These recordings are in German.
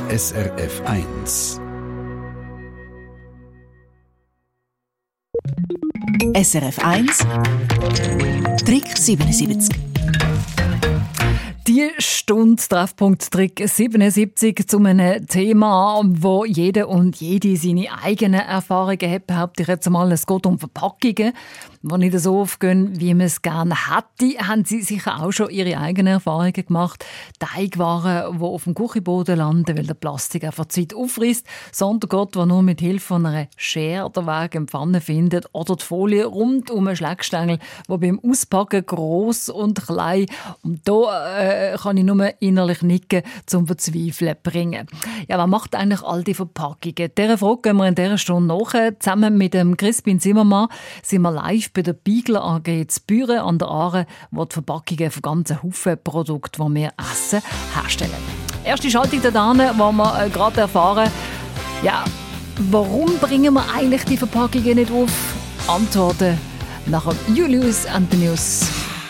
SRF 1. SRF 1 Trick 77. Die Stunde Treffpunkt Trick 77 zu einem Thema, wo jeder und jede seine eigenen Erfahrungen hat, behaupte ich jetzt mal. Es geht um Verpackungen, die nicht so aufgehen, wie man es gerne hätte. Haben Sie sicher auch schon Ihre eigenen Erfahrungen gemacht? Teigwaren, die auf dem Küchenboden landen, weil der Plastik einfach die Zeit aufreißt. Sondergott, der nur mit Hilfe von einer Schere den Weg in die Pfanne findet. Oder die Folie rund um einen Schlägstängel, die beim Auspacken gross und klein. Und da kann ich nur innerlich nicken, zum Verzweifeln bringen. Ja, was macht eigentlich all die Verpackungen? Dieser Frage gehen wir in dieser Stunde nach. Zusammen mit dem Crispin Zimmermann sind wir live bei der Bigler AG in Büren an der Aare, wo die Verpackungen von ganzen Haufen Produkten, die wir essen, herstellen. Erste Schaltung da hinten, wo wir gerade erfahren, ja, warum bringen wir eigentlich die Verpackungen nicht auf? Antworten nach dem Julius and the News.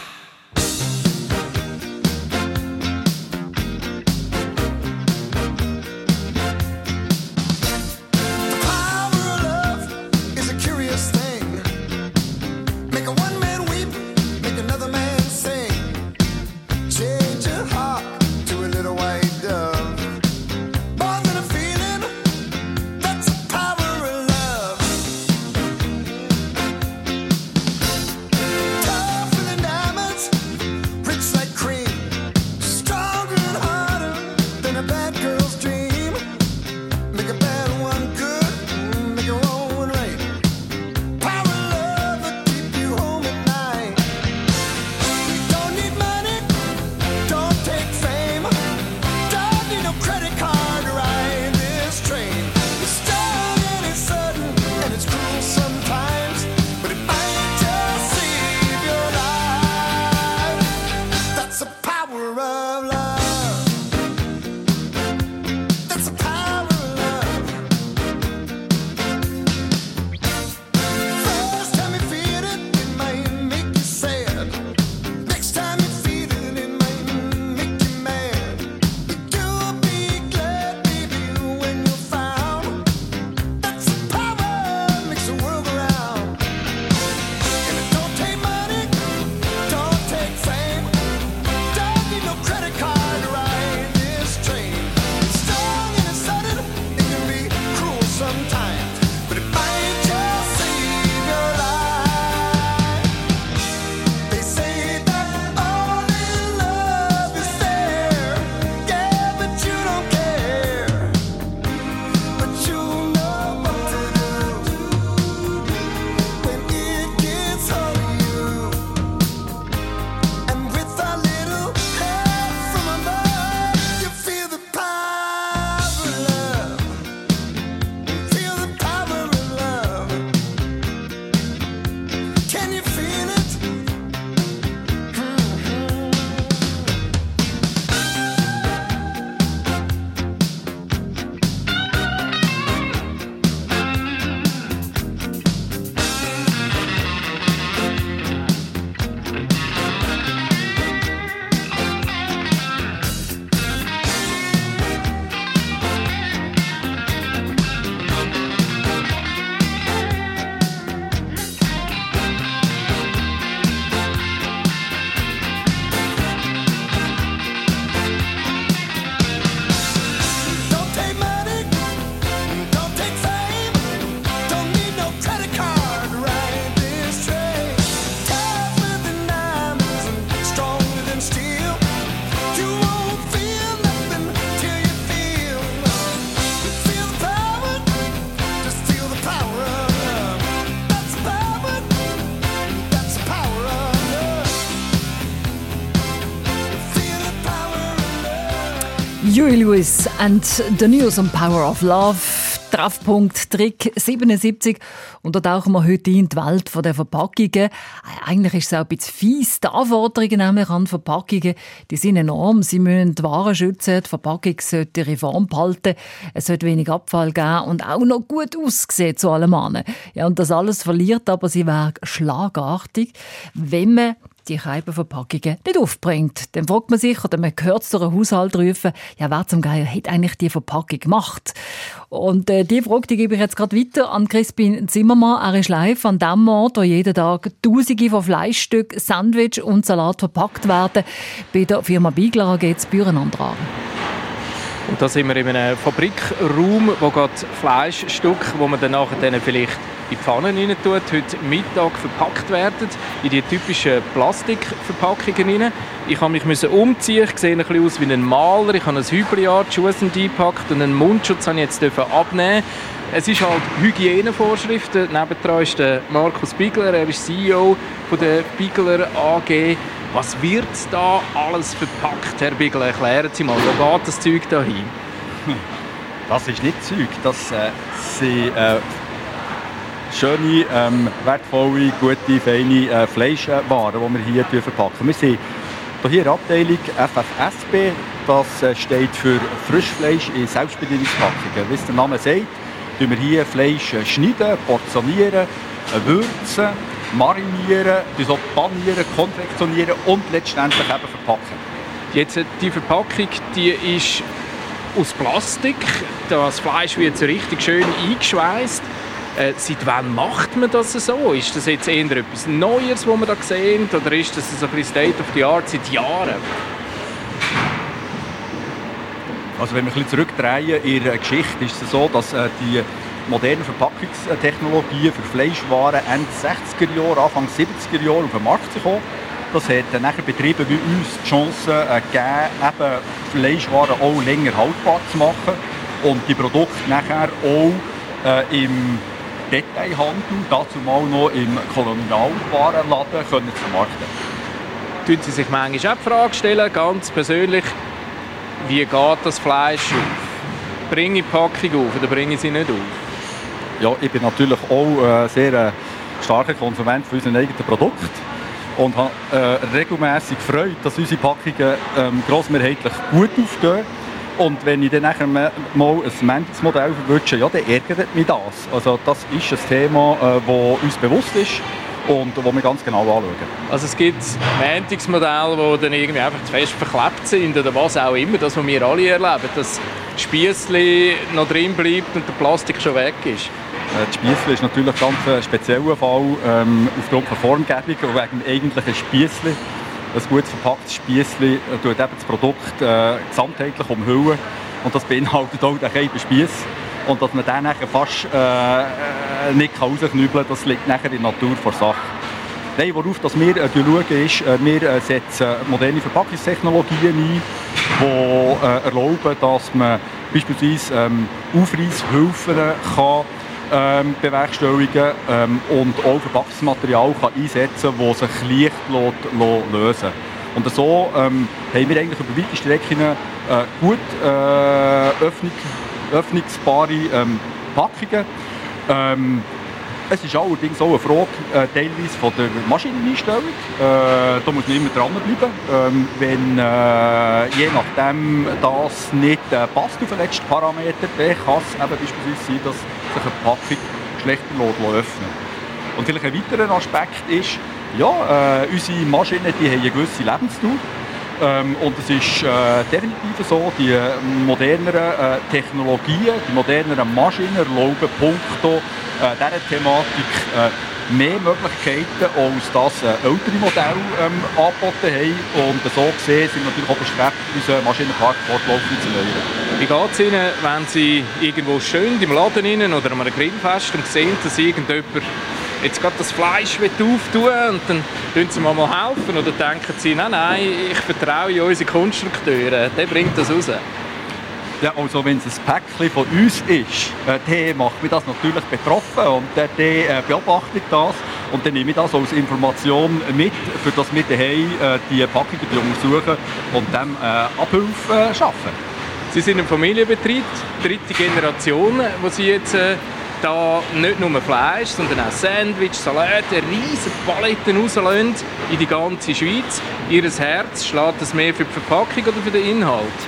Huey Lewis and the News on Power of Love. Treffpunkt Trick 77. Und da tauchen wir heute in die Welt der Verpackungen. Eigentlich ist es auch ein bisschen fies. Die Anforderungen nämlich an Verpackungen, die sind enorm. Sie müssen die Waren schützen, die Verpackung sollte ihre Form behalten, es sollte wenig Abfall geben und auch noch gut aussehen zu allem anderen. Ja, und das alles verliert aber sie wäre schlagartig, wenn man die Scheibenverpackungen nicht aufbringt. Dann fragt man sich, oder man hört es durch einen Haushalt rufen, ja, wer zum Geier hat eigentlich die Verpackung gemacht? Und die Frage die gebe ich jetzt gerade weiter an Crispin Zimmermann. Er ist live an dem Ort, wo jeden Tag Tausende von Fleischstücken, Sandwich und Salat verpackt werden. Bei der Firma Bigler AG in Bürenandrang. Und da sind wir in einem Fabrikraum, wo gerade Fleischstücke, die man dann nachher vielleicht in die Pfannen rein tut, heute Mittag verpackt werden, in die typischen Plastikverpackungen rein. Ich musste mich umziehen, ich sehe ein bisschen aus wie ein Maler, ich habe ein Hübli an, die Schuhe sind eingepackt und einen Mundschutz habe ich jetzt abnehmen. Es ist halt Hygienevorschriften. Nebendran ist der Markus Bigler, er ist CEO von der Bigler AG. Was wird da alles verpackt, Herr Bigler? Erklären Sie mal, wo geht das Zeug da hin? Das ist nicht Zeug, das sind schöne, wertvolle, gute, feine Fleischwaren, die wir hier verpacken. Wir sind hier in der Abteilung FFSB, das steht für Frischfleisch in Selbstbedienungspackungen. Wie es der Name sagt, schneiden wir hier Fleisch schneiden, portionieren, würzen, marinieren, panieren, konfektionieren und letztendlich eben verpacken. Jetzt, die Verpackung die ist aus Plastik. Das Fleisch wird so richtig schön eingeschweißt. Seit wann macht man das so? Ist das jetzt eher etwas Neues, was wir da sehen? Oder ist das so ein bisschen State of the Art seit Jahren? Also wenn wir ein bisschen zurückdrehen in der Geschichte, ist es so, dass die moderne Verpackungstechnologien für Fleischwaren Ende 60er Jahre, Anfang 70er Jahre auf den Markt gekommen. Das hat nachher Betriebe wie uns die Chance gegeben, eben Fleischwaren auch länger haltbar zu machen und die Produkte nachher auch im Detailhandel, dazu mal noch im Kolonialwarenladen können zu vermarkten. Tun Sie sich manchmal auch die Frage stellen, ganz persönlich, wie geht das Fleisch auf? Bringe ich die Packung auf oder bringe ich sie nicht auf? Ja, ich bin natürlich auch sehr starker Konsument von unseren eigenen Produkten und habe regelmässig Freude, dass unsere Packungen grossmehrheitlich gut aufgehen. Und wenn ich dann nachher mal ein Mendungsmodell verwünsche, ja, dann ärgert mich das. Also das ist ein Thema, das uns bewusst ist und das wir ganz genau anschauen. Also es gibt Mendungsmodelle, die dann irgendwie einfach zu fest verklebt sind oder was auch immer, das, was wir alle erleben, dass das Spiessli noch drin bleibt und der Plastik schon weg ist. Das Spiessli ist natürlich ein ganz spezieller Fall aufgrund der Formgebung und wegen dem eigentlichen Spiessli. Ein gut verpacktes Spiessli tut eben das Produkt gesamtheitlich umhüllen und das beinhaltet auch den Scheibenspiess. Und dass man den nachher fast nicht rausknüppeln kann, das liegt nachher in der Natur der Sache. Nein, worauf dass wir schauen, ist, wir setzen moderne Verpackungstechnologien ein, die erlauben, dass man beispielsweise Aufreisshilfen bewerkstelligen und auch Verpackungsmaterial einsetzen kann, das sich leicht lösen lässt. Und so haben wir eigentlich über weite Strecken gut öffnungsbare Packungen. Es ist allerdings auch eine Frage teilweise von der Maschineneinstellung. Da muss man immer dranbleiben. Wenn je nachdem das nicht passt auf den letzten Parameter, dann kann es eben beispielsweise sein, dass sich eine Packung schlechter öffnen lässt. Und vielleicht ein weiterer Aspekt ist, ja, unsere Maschinen die haben eine gewisse Lebensdauer. Und es ist definitiv so, die moderneren Technologien, die moderneren Maschinen erlauben punkto dieser Thematik mehr Möglichkeiten, als das ältere Modelle angeboten haben. Und so gesehen sind wir natürlich auch bestrebt, unseren Maschinenpark fortlaufend zu erneuern. Wie geht es Ihnen, wenn Sie irgendwo schön im Laden rein oder an einem Grillfest und sehen, dass irgendjemand jetzt gerade das Fleisch auftun und dann helfen Sie mir mal helfen oder denken Sie, nein, ich vertraue unsere Konstrukteure, der bringt das raus? Ja, also wenn es ein Päckchen von uns ist, dann macht mich das natürlich betroffen und dann beobachte ich das und dann nehme ich das als Information mit, für das wir daheim die Packungen untersuchen und dem Abhilfe schaffen. Sie sind ein Familienbetrieb, dritte Generation, wo Sie jetzt da nicht nur Fleisch, sondern auch Sandwich, Salat, riesige Paletten rauslassen in die ganze Schweiz. Ihr Herz schlägt das mehr für die Verpackung oder für den Inhalt?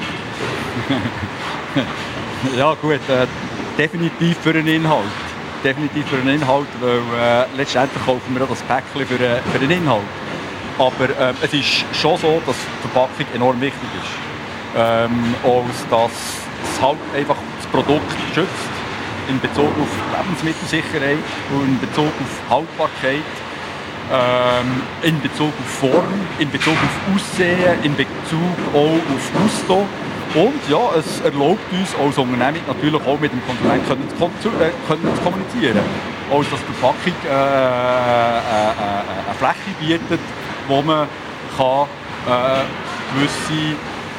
Ja gut, definitiv für den Inhalt. Definitiv für den Inhalt, weil letztendlich kaufen wir auch das Päckchen für den Inhalt. Aber es ist schon so, dass die Verpackung enorm wichtig ist. Als dass es halt einfach das Produkt schützt in Bezug auf Lebensmittelsicherheit und in Bezug auf Haltbarkeit, in Bezug auf Form, in Bezug auf Aussehen, in Bezug auch auf Gusto. Und ja, es erlaubt uns als Unternehmen natürlich auch mit dem Konsumenten zu kommunizieren. Also dass die Verpackung eine Fläche bietet, wo man gewisse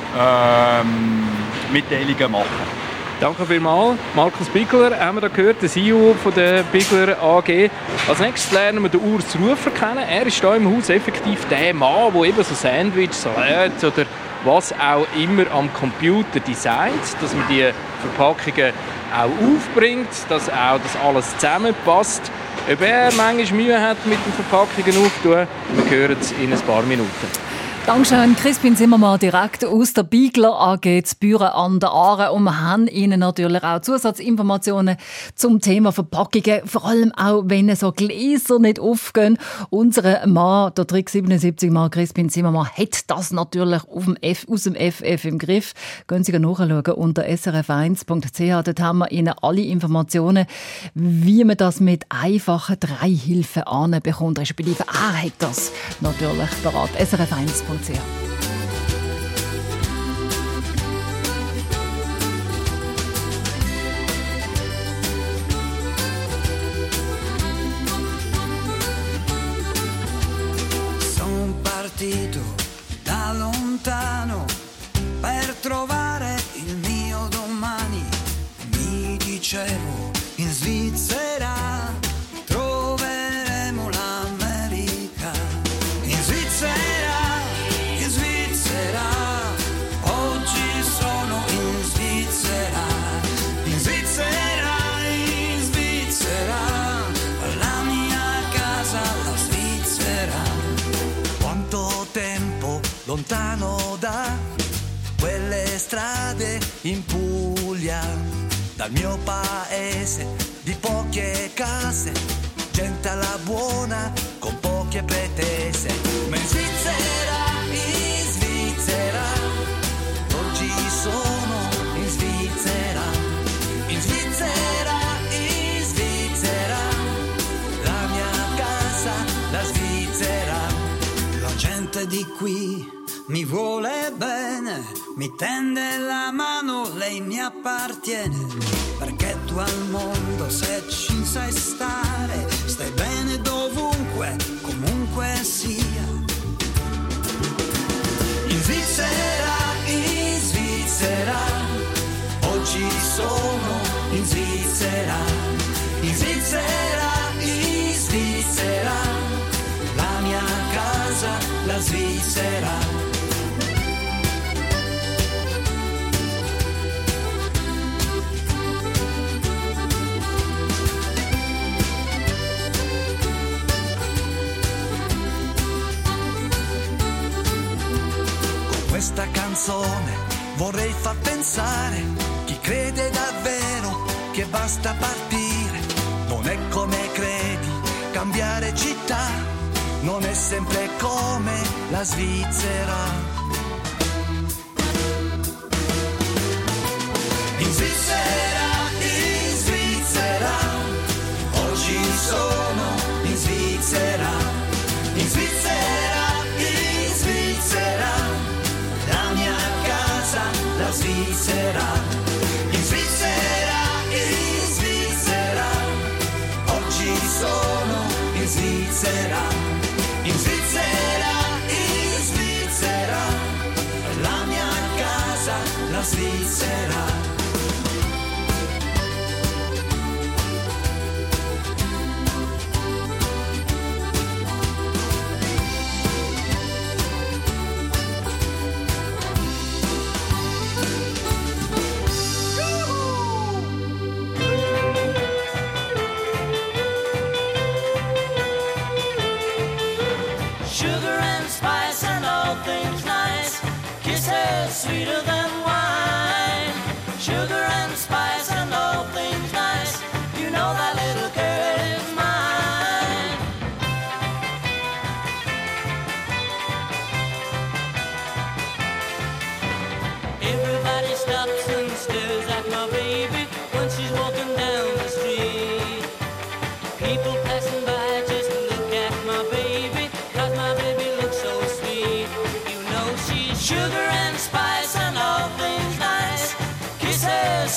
Mitteilungen machen kann. Danke vielmals. Markus Bigler, haben wir da gehört, der CEO von der Bigler AG. Als nächstes lernen wir den Urs Rufer kennen. Er ist hier im Haus effektiv der Mann, der eben so Sandwiches, Salate oder was auch immer am Computer designt, dass man die Verpackungen auch aufbringt, dass auch das alles zusammenpasst. Ob er manchmal Mühe hat mit den Verpackungen aufzutun, wir hören es in ein paar Minuten. Dankeschön, Crispin Zimmermann, direkt aus der Bigler AG zu Büren an der Aare. Und wir haben Ihnen natürlich auch Zusatzinformationen zum Thema Verpackungen, vor allem auch, wenn so Gläser nicht aufgehen. Unser Mann, der Trick 77 Mann, Crispin Zimmermann, hat das natürlich aus dem FF im Griff. Gehen Sie nachschauen unter srf1.ch. Dort haben wir Ihnen alle Informationen, wie man das mit einfachen 3 Hilfen anbekommt. Respektive er hat das natürlich beraten. srf1.ch. Son partito da lontano per trovare il mio domani. Mi dicevo in Svizzera troveremo l'America. In Svizzera. Lontano da quelle strade in Puglia, dal mio paese di poche case, gente alla buona con poche pretese. Ma in Svizzera, oggi sono in Svizzera, in Svizzera, la mia casa, la Svizzera. La gente di qui mi vuole bene, mi tende la mano, lei mi appartiene, perché tu al mondo se ci sai stare, stai bene dovunque, comunque sia. In Svizzera, oggi sono in Svizzera, in Svizzera, la mia casa, la Svizzera. Questa canzone vorrei far pensare chi crede davvero che basta partire. Non è come credi, cambiare città, non è sempre come la Svizzera. In Svizzera, oggi sono in Svizzera, in Svizzera. La Svizzera, in Svizzera, oggi sono in Svizzera, in Svizzera, la mia casa, la Svizzera. Sweeter than wine, sugar and spice and all things nice. You know that little girl is mine.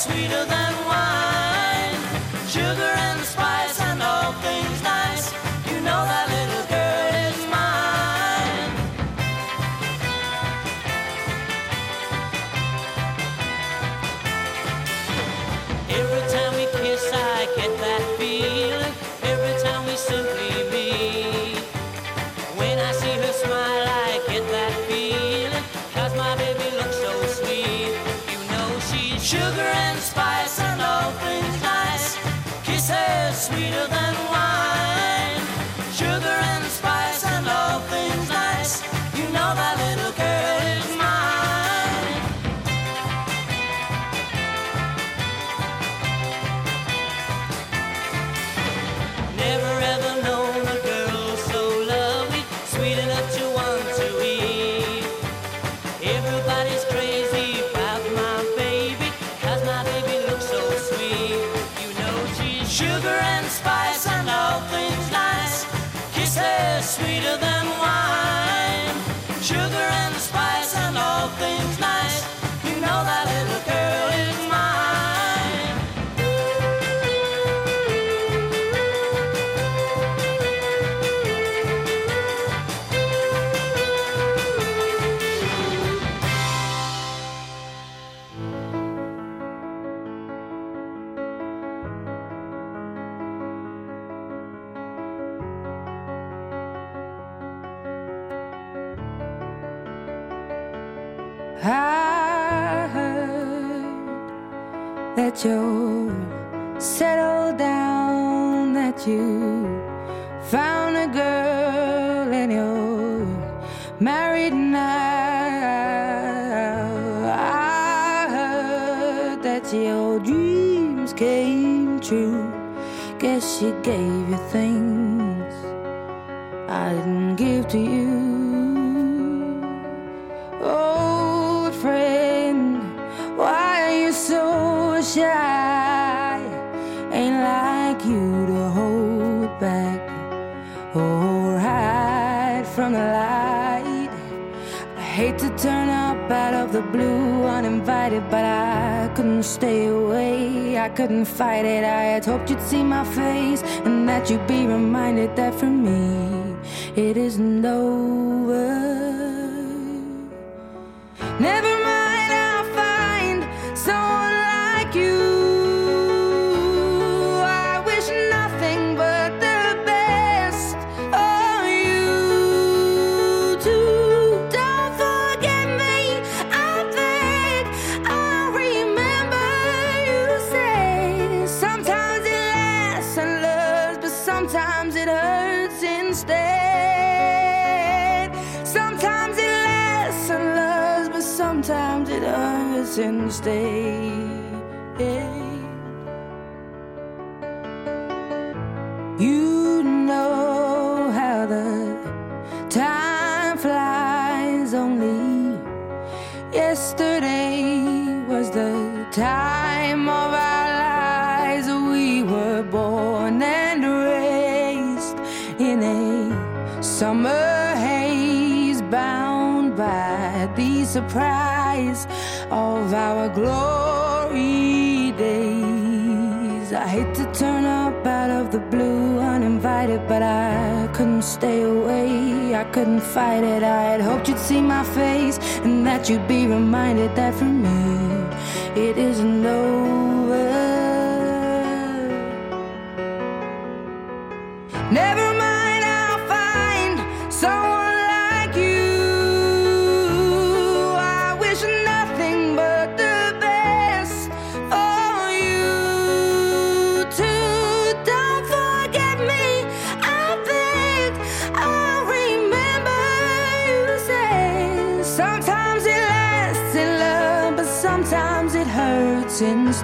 sweeter than wine. Sugar and spice and all things nice. You know that little girl is mine. Every time we kiss I get that feeling. Every time we simply meet. When I see her smile I get that feeling. 'Cause my baby looks so sweet. You know she's sugar and spice and all things nice. Kisses sweeter than wine. Sugar and spice and all things nice. You know that little girl is mine. Never ever known a girl so lovely, sweet enough to want to eat. Everybody's crazy about my baby, 'cause my baby looks so sweet. You know she's sugar and spice and all things nice. Kisses sweeter than wine. Sugar and spice and all things nice. You know that little girl is mine. I heard that you're settled down, that you found a girl and you're married now. I heard that your dreams came true. Guess she gave you things I didn't give to you. Old friend, why are you so shy? Ain't like you to hold back or hide from the light. I hate to turn up out of the blue uninvited, but I couldn't stay away. I couldn't fight it. I had hoped you'd see my face and that you'd be reminded that for me it isn't over. Never mind, I'll find someone like you. I wish nothing but the best for you too. Don't forget me, I beg. I remember you say sometimes it lasts and loves, but sometimes it hurts instead. Sometimes it lasts and loves, but sometimes it hurts instead. You know how the time flies. Only yesterday was the time of our lives. We were born and raised in a summer haze, bound by the surprise of our glory days. I hate to turn up out of the blue uninvited, but I couldn't stay away. I couldn't fight it. I had hoped you'd see my face and that you'd be reminded that for me it isn't over. Never mind, I'll find someone like you. I wish nothing but the best for you too. Don't forget me, I beg. I remember you say sometimes it lasts in love, but sometimes it hurts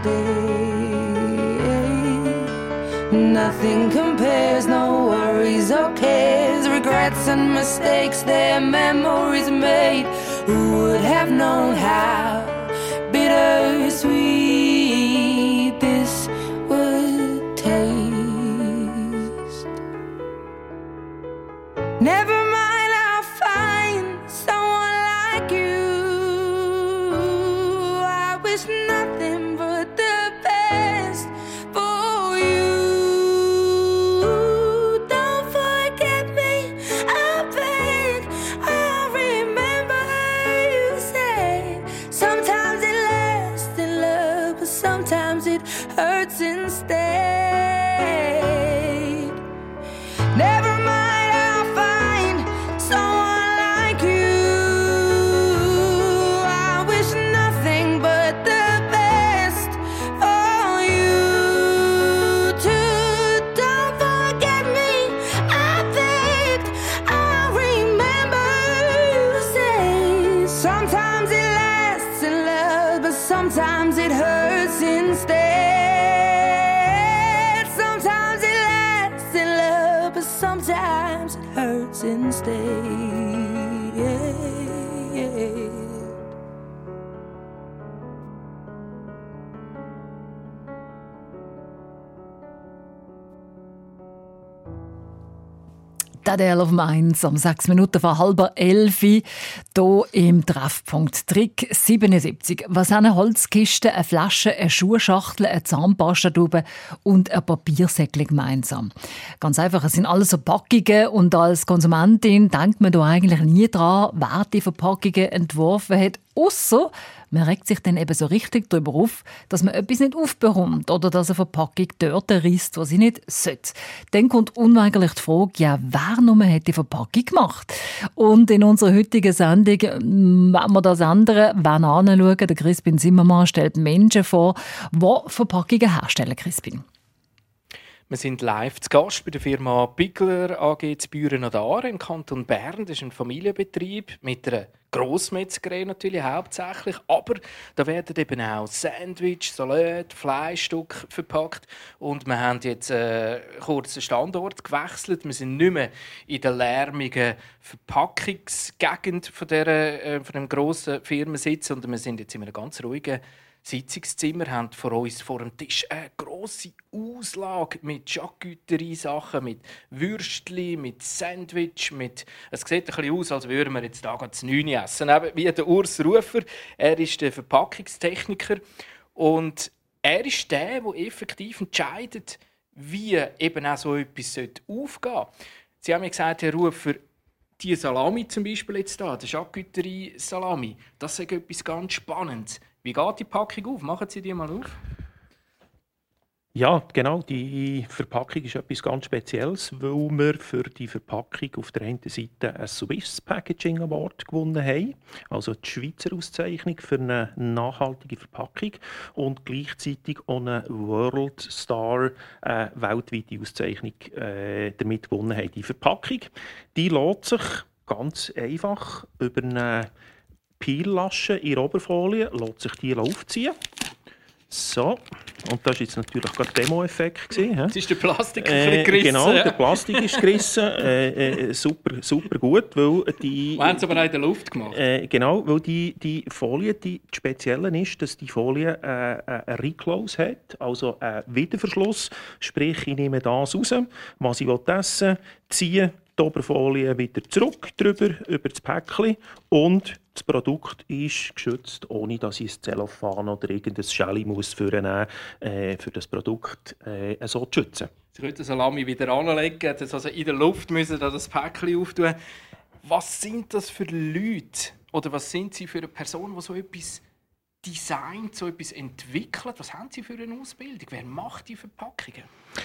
instead. Nothing compares, no worries or cares, regrets and mistakes, their memories made. Who would have known how bittersweet this would taste? Never mind, I'll find someone like you. I wish nothing but the sometimes it hurts instead. Never mind, I'll find someone like you. I wish nothing but the best for you too. Don't forget me, I begged. I remember you say sometimes it lasts in love, but sometimes it hurts instead. Sometimes it lasts in love, but sometimes it hurts instead. Adele auf Mainz um 6 Minuten vor 10:30 hier im Treffpunkt Trick 77. Was haben eine Holzkiste, eine Flasche, eine Schuhschachtel, eine Zahnpastatube und ein Papiersäckchen gemeinsam? Ganz einfach, es sind alles Verpackungen und als Konsumentin denkt man da eigentlich nie dran, wer die Verpackungen entworfen hat, ausser man regt sich dann eben so richtig darüber auf, dass man etwas nicht aufbekommt oder dass eine Verpackung dort reisst, was sie nicht sollte. Dann kommt unweigerlich die Frage, ja, wer nur hat die Verpackung gemacht? Und in unserer heutigen Sendung wenn wir das andere anschauen. Der Crispin Zimmermann stellt Menschen vor, die Verpackungen herstellen. Crispin. Wir sind live zu Gast bei der Firma Bigler AG zu Büren an der Aare im Kanton Bern. Das ist ein Familienbetrieb mit einer Grossmetzgerei natürlich hauptsächlich. Aber da werden eben auch Sandwich, Salat, Fleischstücke verpackt. Und wir haben jetzt kurz den Standort gewechselt. Wir sind nicht mehr in der lärmigen Verpackungsgegend von dem grossen Firmensitz, sondern wir sind jetzt in einem ganz ruhigen Sitzungszimmer, haben vor uns vor dem Tisch eine grosse Auslage mit Charcuterie-Sachen, mit Würstli, mit Sandwich, es sieht ein bisschen aus, als würden wir jetzt da das 9 essen. Eben wie der Urs Rufer, er ist der Verpackungstechniker und er ist der effektiv entscheidet, wie eben auch so etwas aufgehen sollte. Sie haben mir gesagt, Herr Rufer, die Salami zum Beispiel jetzt da, der Charcuterie-Salami, das ist etwas ganz Spannendes. Wie geht die Packung auf? Machen Sie die mal auf. Ja, genau. Die Verpackung ist etwas ganz Spezielles, weil wir für die Verpackung auf der einen Seite einen Swiss Packaging Award gewonnen haben, also die Schweizer Auszeichnung für eine nachhaltige Verpackung und gleichzeitig auch eine World Star weltweite Auszeichnung damit gewonnen haben. Die Verpackung, die lässt sich ganz einfach über eine Peellasche in der Oberfolie lässt sich die aufziehen. So, und das war jetzt natürlich gerade der Demo-Effekt. Jetzt ist der Plastik ein bisschen gerissen. Genau, der Plastik ist gerissen. Super gut, weil die... Wir haben es aber auch in der Luft gemacht. Genau, weil die Folie, die Spezielle ist, dass die Folie einen Reclose hat, also einen Wiederverschluss. Sprich, ich nehme das raus, was ich essen will, ziehe die Oberfolie wieder zurück, drüber, über das Päckchen und das Produkt ist geschützt, ohne dass ich ein Zellophan oder irgendein Schälli muss für das Produkt so zu schützen. Sie können den Salami wieder anlegen, also in der Luft müssen Sie das Päckchen auftun. Was sind das für Leute oder was sind Sie für eine Person, die so etwas designt, so etwas entwickelt? Was haben Sie für eine Ausbildung? Wer macht die Verpackungen?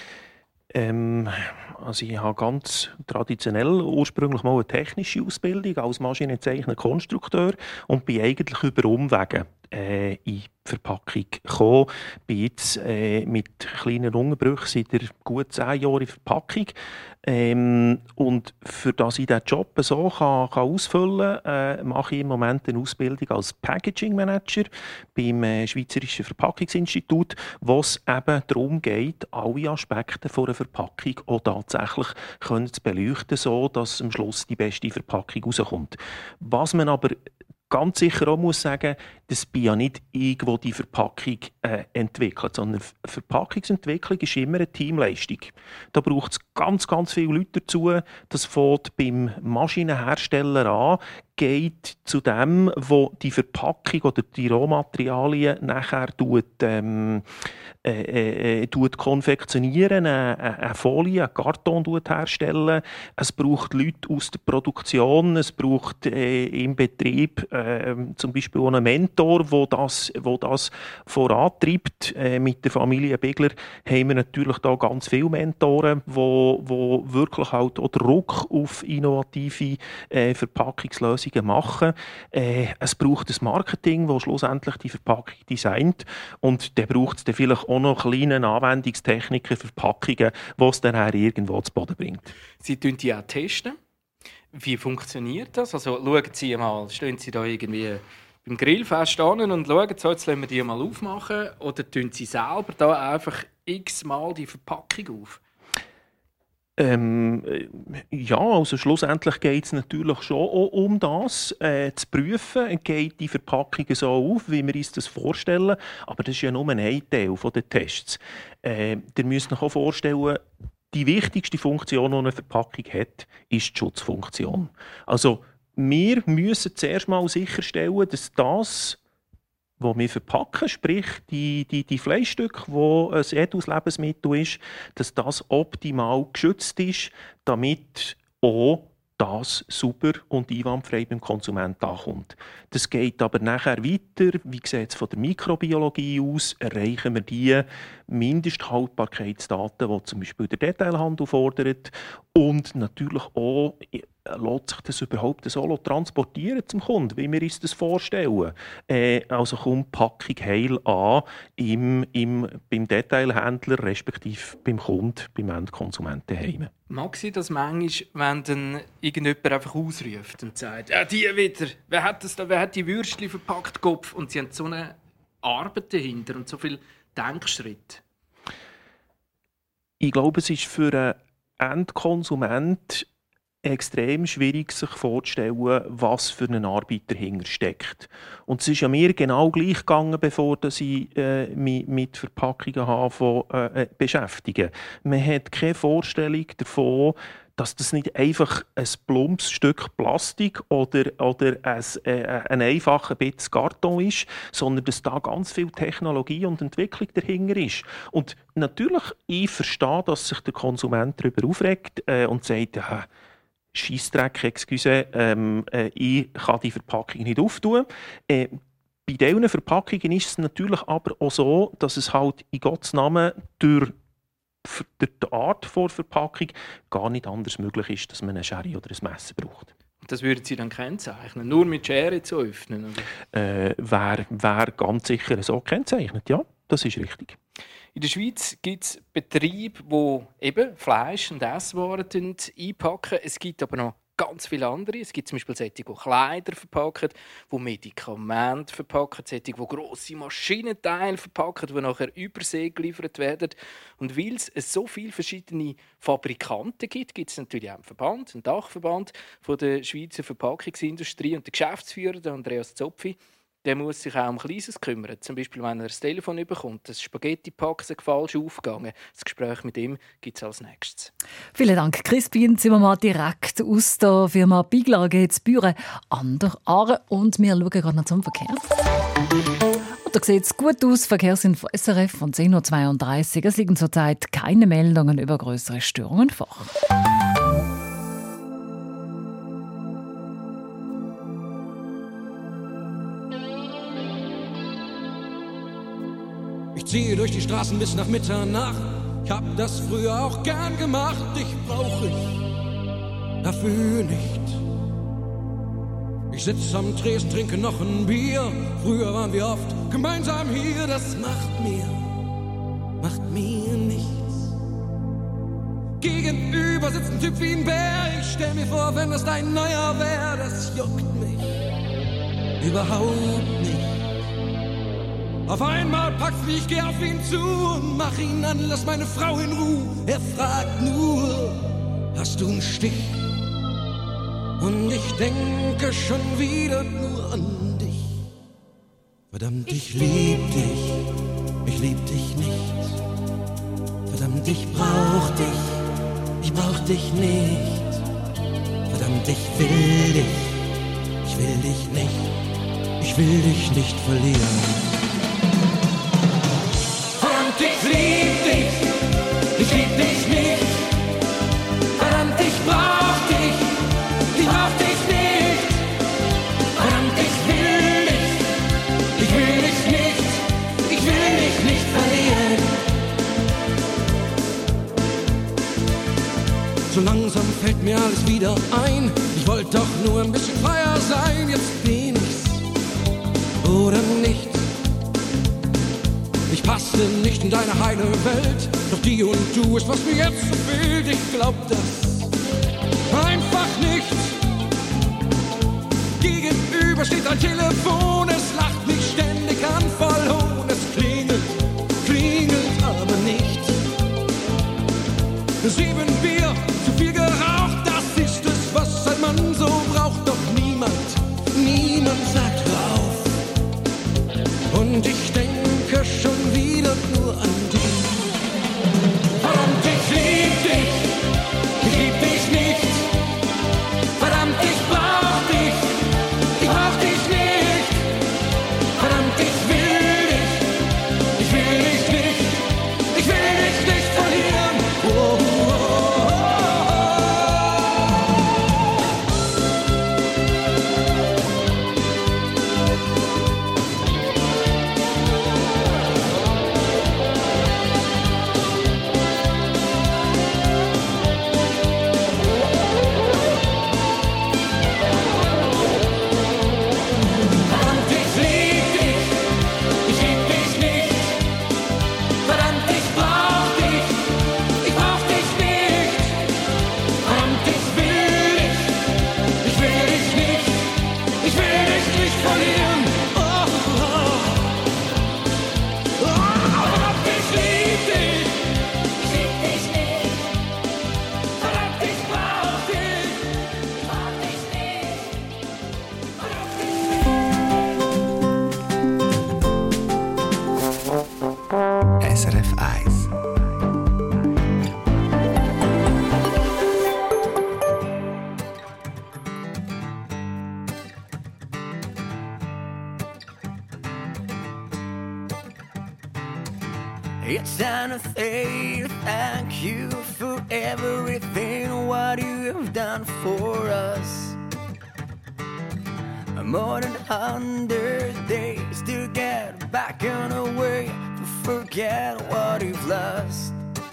Also ich habe ganz traditionell ursprünglich mal eine technische Ausbildung als Maschinenzeichner, Konstrukteur und bin eigentlich über Umwege in die Verpackung gekommen. Bin jetzt mit kleinen Unterbrüchen seit gut 10 Jahren in Verpackung. Und für das ich diesen Job so kann ausfüllen kann, mache ich im Moment eine Ausbildung als Packaging Manager beim Schweizerischen Verpackungsinstitut, wo es eben darum geht, alle Aspekte einer Verpackung auch tatsächlich zu beleuchten, so dass am Schluss die beste Verpackung rauskommt. Was man aber ganz sicher auch muss sagen, das bin ja nicht ich, der die Verpackung entwickelt, sondern Verpackungsentwicklung ist immer eine Teamleistung. Da braucht es ganz viele Leute dazu. Das fängt beim Maschinenhersteller an, geht zu dem, wo die Verpackung oder die Rohmaterialien nachher konfektionieren, eine Folie, einen Karton herstellen. Es braucht Leute aus der Produktion, es braucht im Betrieb zum Beispiel auch einen Mentor, der das vorantreibt. Mit der Familie Bigler haben wir natürlich da ganz viele Mentoren, die wirklich halt auch Druck auf innovative Verpackungslösungen machen. Es braucht ein Marketing, das schlussendlich die Verpackung designt, und dann braucht es dann vielleicht auch noch kleine Anwendungstechniken für Verpackungen, die es dann irgendwo zu Boden bringt. Sie testen die auch testen. Wie funktioniert das? Also schauen Sie mal, stehen Sie da irgendwie beim Grillfest an und schauen, so, jetzt lassen wir die mal aufmachen, oder tun Sie selber da einfach x-mal die Verpackung auf? Ja, also schlussendlich geht es natürlich schon auch um das, zu prüfen, geht die Verpackung so auf, wie wir uns das vorstellen. Aber das ist ja nur ein Teil der Tests. Ihr müsst euch auch vorstellen, die wichtigste Funktion, die eine Verpackung hat, ist die Schutzfunktion. Also wir müssen zuerst mal sicherstellen, dass das, was wir verpacken, sprich die Fleischstücke, die ein edles Lebensmittel ist, dass das optimal geschützt ist, damit auch das sauber und einwandfrei beim Konsumenten ankommt. Das geht aber nachher weiter. Wie sieht es von der Mikrobiologie aus? Erreichen wir die Mindesthaltbarkeitsdaten, die zum Beispiel der Detailhandel fordert? Und natürlich auch, lässt sich das überhaupt so transportieren zum Kunden, wie wir uns das vorstellen? Also kommt die Packung heil an beim Detailhändler, respektive beim Kunden, beim Endkonsumenten heim. Mag Sie das manchmal, wenn dann irgendjemand einfach ausruft und sagt, ja, die wieder, wer hat die Würstchen verpackt, Kopf? Und Sie haben so eine Arbeit dahinter und so viele Denkschritte. Ich glaube, es ist für einen Endkonsument extrem schwierig, sich vorzustellen, was für ein Arbeiter dahinter steckt. Und es ist ja mir genau gleich gegangen, bevor ich mich mit Verpackungen beschäftige. Man hat keine Vorstellung davon, dass das nicht einfach ein plumpes Stück Plastik oder ein einfacher Bitz Karton ist, sondern dass da ganz viel Technologie und Entwicklung dahinter ist. Und natürlich, ich verstehe, dass sich der Konsument darüber aufregt und sagt, ja, Scheissdreck, excuse, ich kann die Verpackung nicht auftun. Bei diesen Verpackungen ist es natürlich aber auch so, dass es halt in Gottes Namen durch die Art der Verpackung gar nicht anders möglich ist, dass man eine Schere oder ein Messer braucht. Das würden Sie dann kennzeichnen? Nur mit Schere zu öffnen? Wäre ganz sicher so kennzeichnet, ja, das ist richtig. In der Schweiz gibt es Betriebe, die eben Fleisch und Esswaren einpacken. Es gibt aber noch ganz viele andere. Es gibt zum Beispiel solche, die Kleider verpacken, die Medikamente verpacken, solche, die grosse Maschinenteile verpacken, die nachher über See geliefert werden. Und weil es so viele verschiedene Fabrikanten gibt, gibt es natürlich auch einen Dachverband von der Schweizer Verpackungsindustrie. Und der Geschäftsführer, der Andreas Zopfi, der muss sich auch um Kleines kümmern. Zum Beispiel, wenn er das Telefon bekommt, das Spaghetti-Pack ist falsch aufgegangen. Das Gespräch mit ihm gibt es als nächstes. Vielen Dank, Crispin. Sind wir mal direkt aus der Firma Bigler geht's Büren an der Aare. Und wir schauen gerade noch zum Verkehr. Und da sieht es gut aus. Verkehrsinfo SRF von 10.32 Uhr. Es liegen zurzeit keine Meldungen über größere Störungen vor. Ich ziehe durch die Straßen bis nach Mitternacht. Ich hab das früher auch gern gemacht. Dich brauch ich dafür nicht. Ich sitz am Tresen, trinke noch ein Bier. Früher waren wir oft gemeinsam hier. Das macht mir nichts. Gegenüber sitzt ein Typ wie ein Bär. Ich stell mir vor, wenn das dein neuer wär. Das juckt mich überhaupt nicht. Auf einmal packt's mich, ich geh auf ihn zu und mach ihn an, lass meine Frau in Ruhe. Er fragt nur, hast du einen Stich? Und ich denke schon wieder nur an dich. Verdammt, ich lieb dich nicht. Verdammt, ich brauch dich nicht. Verdammt, ich will ich will dich nicht, ich will dich nicht verlieren. Verdammt, ich lieb dich, ich lieb dich nicht. Verdammt, ich brauch dich nicht. Verdammt, ich will dich nicht, ich will dich nicht verlieren. So langsam fällt mir alles wieder ein. Ich wollte doch nur ein bisschen freier sein. Jetzt bin ich's oder nicht. Ich passte nicht in deine heile Welt. Doch die und du ist, was mir jetzt so fehlt. Ich glaub das einfach nicht. Gegenüber steht ein Telefon. Es lacht mich ständig an, voll Hohn. Es klingelt aber nicht. 7 Bier, zu viel geraucht, das ist es, was ein Mann so braucht. Doch niemand sagt hör auf. Und ich denke schon wieder nur an dich. Verdammt, ich lieb dich nicht. Verdammt, ich brauch dich nicht. Verdammt, ich will dich nicht verlieren. Oh. SRF 1. It's time to say thank you for everything, what you have done for us. More than 100 days to get back on the way, to forget what you've lost.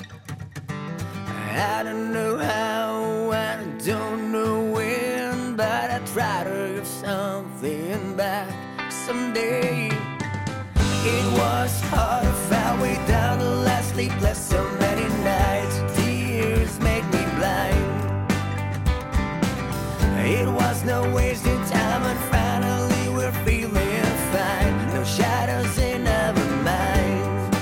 I don't know how, I don't know when, but I try to give something back someday. It was hard to find way down the last sleepless so many nights. Tears made me blind. It was no wasted time and finally we're feeling fine. No shadows in our mind.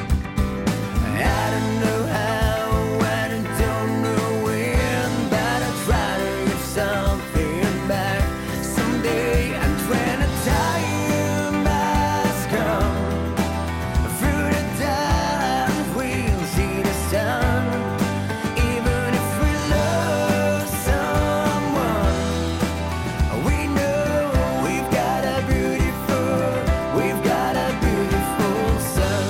I don't know how, I don't know when, but I try to give something back someday. And when the time has come, through the dark we'll see the sun. Even if we love someone, we know we've got a beautiful son.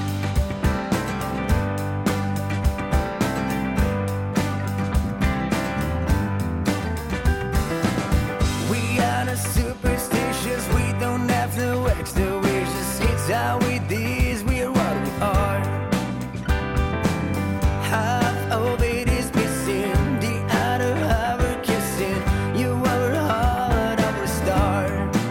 We are not superstitious, we don't have no extra wishes. It's how we is, we're what we are. Half of it is missing, the other half we're kissing. You are a heart of a star.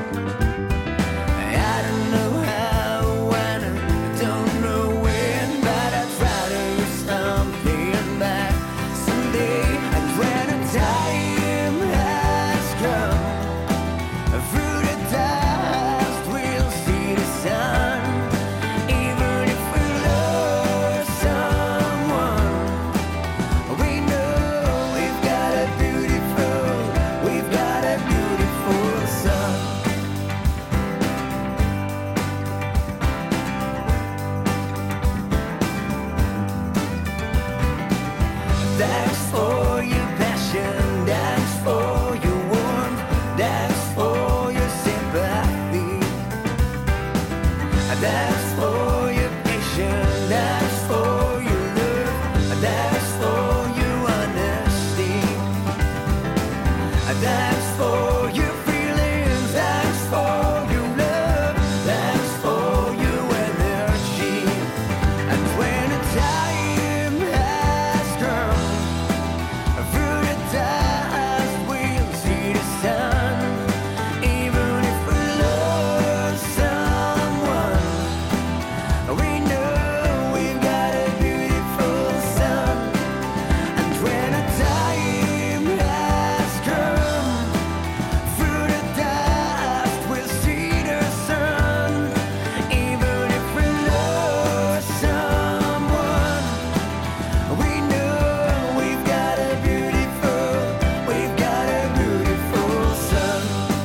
I don't know how, I don't know when, but I try to give something back someday. And when the time has come, through the dust we'll see the sun. Even if we love someone, we know we've got a beautiful son. Thanks for your passion, thanks for your warmth, thanks for That's for your patience, that's for your love, that's for your honesty, that's for your feelings, that's for your love, that's for your energy. And when the time has come, through the dust we'll see the sun. Even if we lose someone, we know we've got a beautiful sun. And when the time has come, through the dust we'll see the sun. Even if we lose someone, we know we've got a beautiful sun.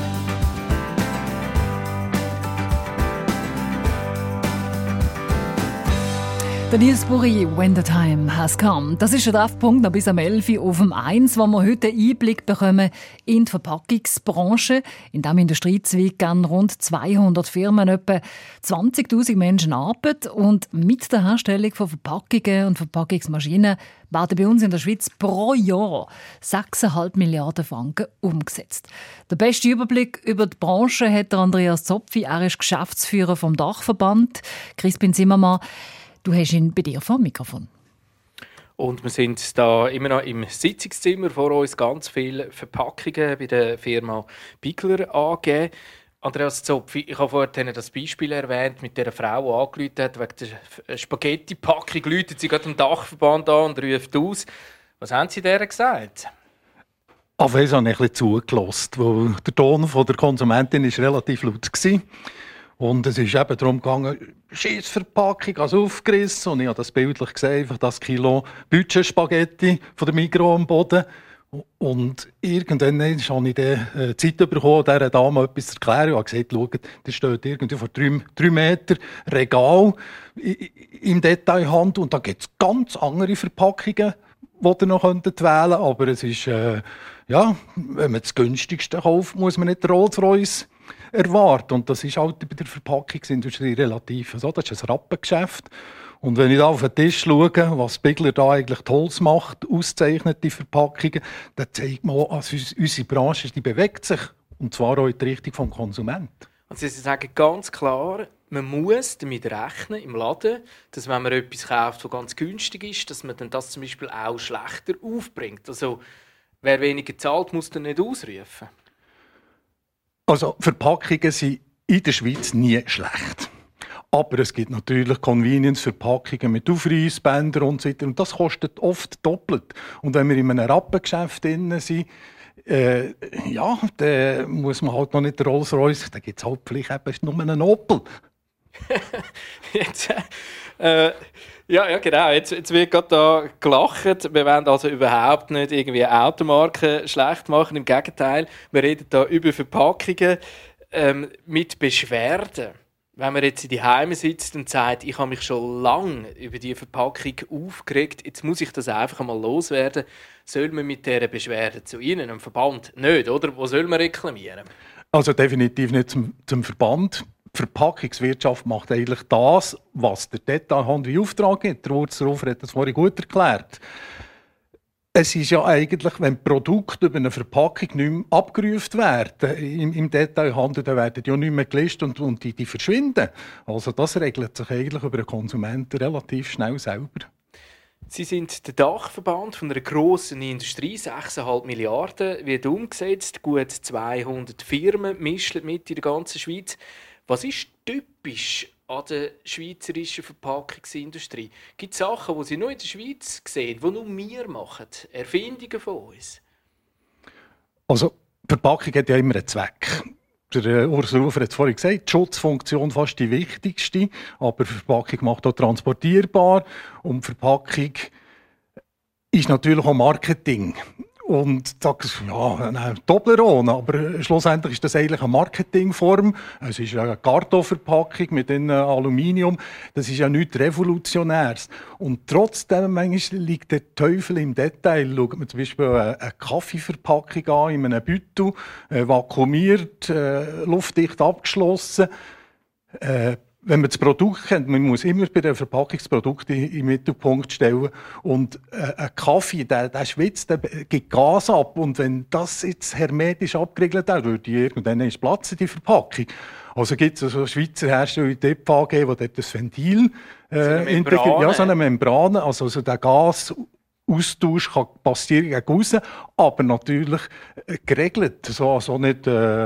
Der Nils Burri, «When the Time Has Come». Das ist der Treffpunkt noch bis am 11 Uhr auf dem 1, wo wir heute einen Einblick bekommen in die Verpackungsbranche. In diesem Industriezweig gehen rund 200 Firmen, etwa 20'000 Menschen arbeiten. Und mit der Herstellung von Verpackungen und Verpackungsmaschinen werden bei uns in der Schweiz pro Jahr 6,5 Milliarden Franken umgesetzt. Der beste Überblick über die Branche hat der Andreas Zopfi. Er ist Geschäftsführer vom Dachverband. Crispin Zimmermann, du hast ihn bei dir vor dem Mikrofon. Und wir sind da immer noch im Sitzungszimmer. Vor uns ganz viele Verpackungen bei der Firma Bigler AG. Andreas Zopfi, ich habe vorhin das Beispiel erwähnt mit der Frau, die angerufen hat wegen der Spaghetti-Packung. Läutet sie gerade am Dachverband an und ruft aus. Was haben Sie der gesagt? Auf jeden Fall habe ich ein bisschen zugelassen, weil der Ton der Konsumentin war relativ laut war. Und es ist eben darum gegangen, Scheissverpackung, also aufgerissen. Und ich habe das bildlich gesehen, einfach das Kilo Budget-Spaghetti von der Migros am Boden. Und irgendwann habe ich die Zeit bekommen, dieser Dame etwas zu erklären. Ich habe gesagt, schaut, da steht irgendwie vor 3 Metern Regal im Detailhandel. Und da gibt es ganz andere Verpackungen, die ihr noch wählen könnt. Aber es ist, ja, wenn man das günstigste kauft, muss man nicht Rolls-Royce erwarten. Und das ist halt bei der Verpackungsindustrie relativ so. Das ist ein Rappengeschäft. Und wenn ich da auf den Tisch schaue, was Bigler da eigentlich Tolles macht, ausgezeichnete Verpackungen, dann zeigt man auch, dass unsere Branche die bewegt sich. Und zwar auch in die Richtung des Konsumenten. Also Sie sagen ganz klar, man muss damit rechnen im Laden, dass wenn man etwas kauft, das ganz günstig ist, dass man dann das zum Beispiel auch schlechter aufbringt. Also wer weniger zahlt, muss dann nicht ausrufen. Also Verpackungen sind in der Schweiz nie schlecht. Aber es gibt natürlich Convenience-Verpackungen mit Aufreissbändern und so weiter. Und das kostet oft doppelt. Und wenn wir in einem Rappengeschäft drin sind, ja, dann muss man halt noch nicht den Rolls-Royce, dann gibt es halt vielleicht eben nur einen Opel. Jetzt, ja, genau. Jetzt wird gerade da gelacht. Wir wollen also überhaupt nicht irgendwie Automarken schlecht machen. Im Gegenteil, wir reden da über Verpackungen mit Beschwerden. Wenn man jetzt in die Heime sitzt und sagt, ich habe mich schon lange über die Verpackung aufgeregt, jetzt muss ich das einfach einmal loswerden, soll man mit dieser Beschwerde zu Ihnen, einem Verband, nicht, oder? Wo soll man reklamieren? Also definitiv nicht zum Verband. Die Verpackungswirtschaft macht eigentlich das, was der Detailhandel in Auftrag gibt. Der Ursrufer hat das vorhin gut erklärt. Es ist ja eigentlich, wenn Produkte über eine Verpackung nicht mehr abgerufen werden im Detailhandel, dann werden die ja nicht mehr gelistet und die verschwinden. Also das regelt sich eigentlich über den Konsumenten relativ schnell selber. Sie sind der Dachverband von einer grossen Industrie, 6,5 Milliarden wird umgesetzt, gut 200 Firmen mischen mit in der ganzen Schweiz. Was ist typisch an der schweizerischen Verpackungsindustrie? Gibt es Sachen, die Sie nur in der Schweiz sehen, die nur wir machen? Erfindungen von uns? Also, die Verpackung hat ja immer einen Zweck. Der Urs Rufer hat es vorhin gesagt, die Schutzfunktion fast die wichtigste. Aber die Verpackung macht auch transportierbar. Und die Verpackung ist natürlich auch Marketing. Und da, ja, Toblerone, aber schlussendlich ist das eigentlich eine Marketingform. Es ist eine Kartonverpackung mit Aluminium. Das ist ja nichts Revolutionäres. Und trotzdem manchmal liegt der Teufel im Detail. Schaut man zum Beispiel eine Kaffeeverpackung an, in einem Beutel, vakuumiert, luftdicht abgeschlossen. wenn man das Produkt kennt, man muss immer bei den Verpackungsprodukten in den Mittelpunkt stellen. Und ein Kaffee, der schwitzt, der gibt Gas ab. Und wenn das jetzt hermetisch abgeriegelt wäre, würde irgendwann Platz in die Verpackung. Also gibt es so Schweizer Hersteller wie die DEPAG, die dort das Ventil integrieren. Ja, so eine Membran. Also der Gasaustausch kann passieren gegen aussen, aber natürlich geregelt. Also nicht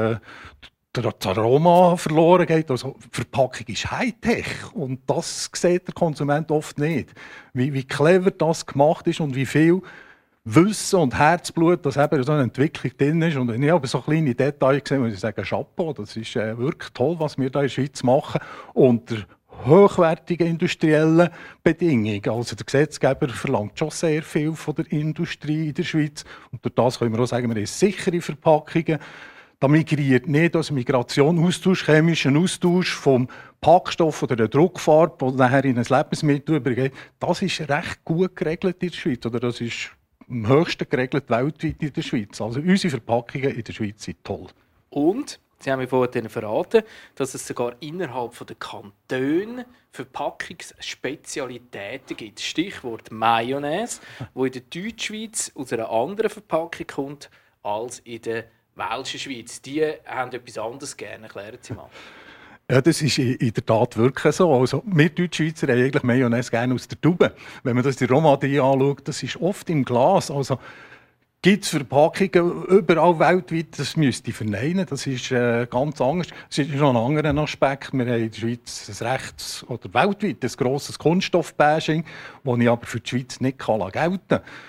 das Aroma verloren geht. Also die Verpackung ist Hightech und das sieht der Konsument oft nicht. Wie clever das gemacht ist und wie viel Wissen und Herzblut, das eben in so einer Entwicklung drin ist. Und wenn ich aber so kleine Details sehe, muss ich sagen, Chapeau, das ist wirklich toll, was wir da in der Schweiz machen. Unter hochwertigen industriellen Bedingungen. Also der Gesetzgeber verlangt schon sehr viel von der Industrie in der Schweiz. Und durch das können wir auch sagen, wir haben sichere Verpackungen. Da migriert nicht als Migration, chemischen Austausch vom Packstoff oder der Druckfarbe, der nachher in ein Lebensmittel übergeht. Das ist recht gut geregelt in der Schweiz. Oder das ist am höchsten geregelt weltweit in der Schweiz. Also unsere Verpackungen in der Schweiz sind toll. Und, Sie haben mir vorhin verraten, dass es sogar innerhalb der Kantone Verpackungsspezialitäten gibt. Stichwort Mayonnaise, die in der Deutschschweiz aus einer anderen Verpackung kommt als in der Welschen Schweiz. Die haben etwas anderes gerne. Erklären Sie mal. Ja, das ist in der Tat wirklich so. Also, wir Deutschschweizer haben eigentlich Mayonnaise gerne aus der Tube. Wenn man das die Romandie anschaut, das ist oft im Glas. Also, gibt es Verpackungen überall weltweit, das müsste ich verneinen. Das ist ganz anders. Es ist noch ein anderer Aspekt. Wir haben in der Schweiz ein rechts oder weltweit ein grosses Kunststoffbashing, das ich aber für die Schweiz nicht gelten kann.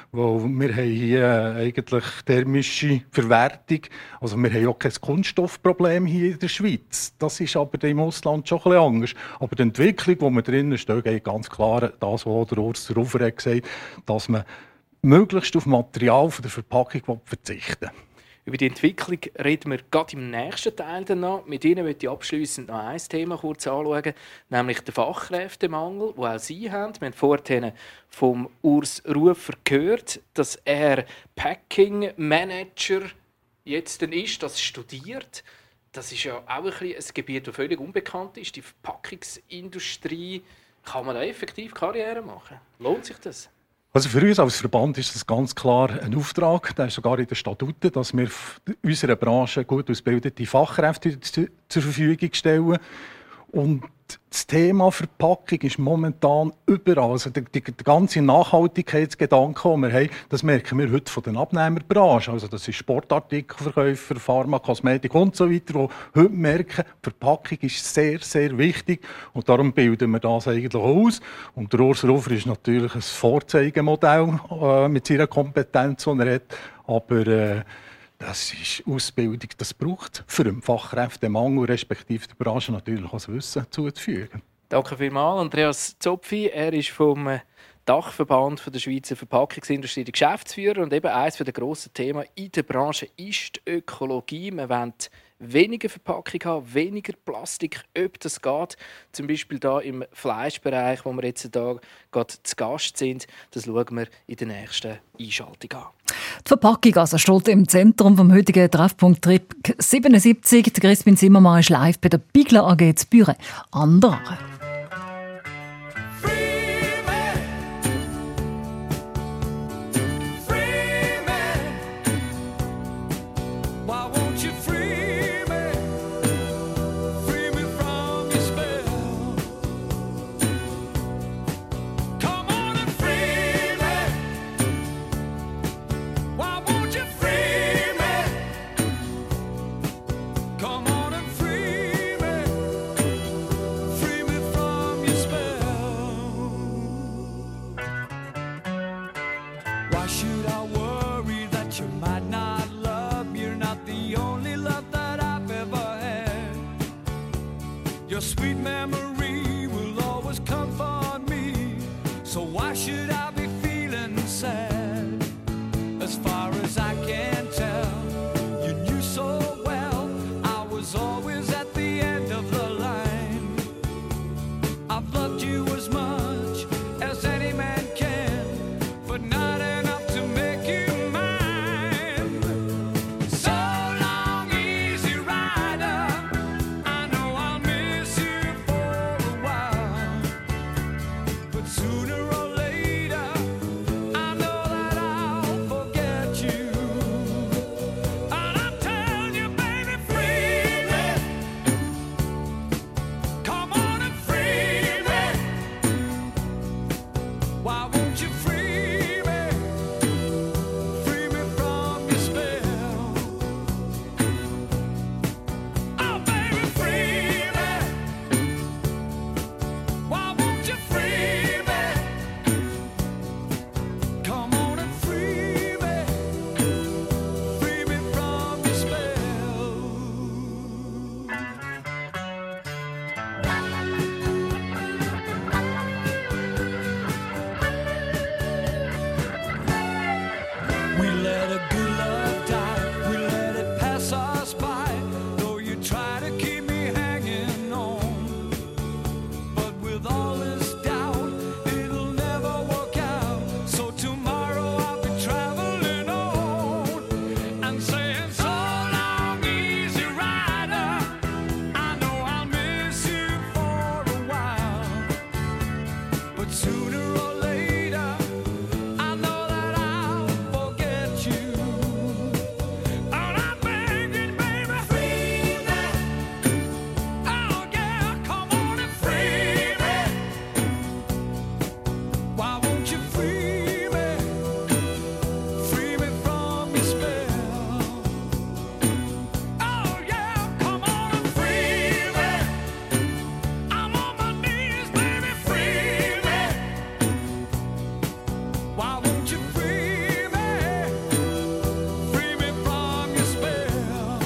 Wir haben hier eigentlich thermische Verwertung. Also wir haben auch kein Kunststoffproblem hier in der Schweiz. Das ist aber im Ausland schon ein bisschen anders. Aber die Entwicklung, die wir drinnen stehen, geht ganz klar das, was der Urs Rufer hat gesagt, dass man möglichst auf Material von der Verpackung verzichten. Über die Entwicklung reden wir gerade im nächsten Teil danach. Mit Ihnen möchte ich abschliessend noch ein Thema kurz anschauen, nämlich den Fachkräftemangel, den auch Sie haben. Wir haben vorhin vom Urs Rufer gehört, dass er Packing Manager jetzt ist, das studiert. Das ist ja auch ein Gebiet, das völlig unbekannt ist. Die Verpackungsindustrie. Kann man da effektiv Karriere machen? Lohnt sich das? Also für uns als Verband ist das ganz klar ein Auftrag, der ist sogar in den Statuten, dass wir unserer Branche gut ausgebildete Fachkräfte zur Verfügung stellen. Und das Thema Verpackung ist momentan überall. Also der ganze Nachhaltigkeitsgedanke, den wir haben, das merken wir heute von den Abnehmerbranchen. Also das ist Sportartikelverkäufer, Pharma, Kosmetik und so weiter, die heute merken, Verpackung ist sehr, sehr wichtig. Und darum bilden wir das eigentlich aus. Und der Urs Rufer ist natürlich ein Vorzeigemodell mit seiner Kompetenz, die er hat. Aber das ist Ausbildung, das braucht für den Fachkräftemangel, respektive der Branche natürlich auch das Wissen zuzufügen. Danke vielmals, Andreas Zopfi. Er ist vom Dachverband der Schweizer Verpackungsindustrie der Geschäftsführer. Und eben eines der grossen Themen in der Branche ist die Ökologie. Wir wollen weniger Verpackung haben, weniger Plastik, ob das geht. Zum Beispiel hier im Fleischbereich, wo wir jetzt hier gerade zu Gast sind. Das schauen wir in der nächsten Einschaltung an. Die Verpackung also steht im Zentrum des heutigen Treffpunkt Trick 77. Der Crispin Zimmermann ist live bei der Bigler AG zu Büren an der Aare. Your sweet memory will always comfort me. So why should I be feeling sad? As far as I can tell, you knew so well I was always at the end of the line. I've loved you as much as any man can, but not enough to make you mine. So long, easy rider, I know I'll miss you for Sooner or later, I know that I'll forget you. And I'm begging, baby, free me. Oh yeah, come on and free me. Why won't you free me? Free me from your spell. Oh yeah, come on and free me. I'm on my knees, baby, free me. Why won't you free me? Free me from your spell.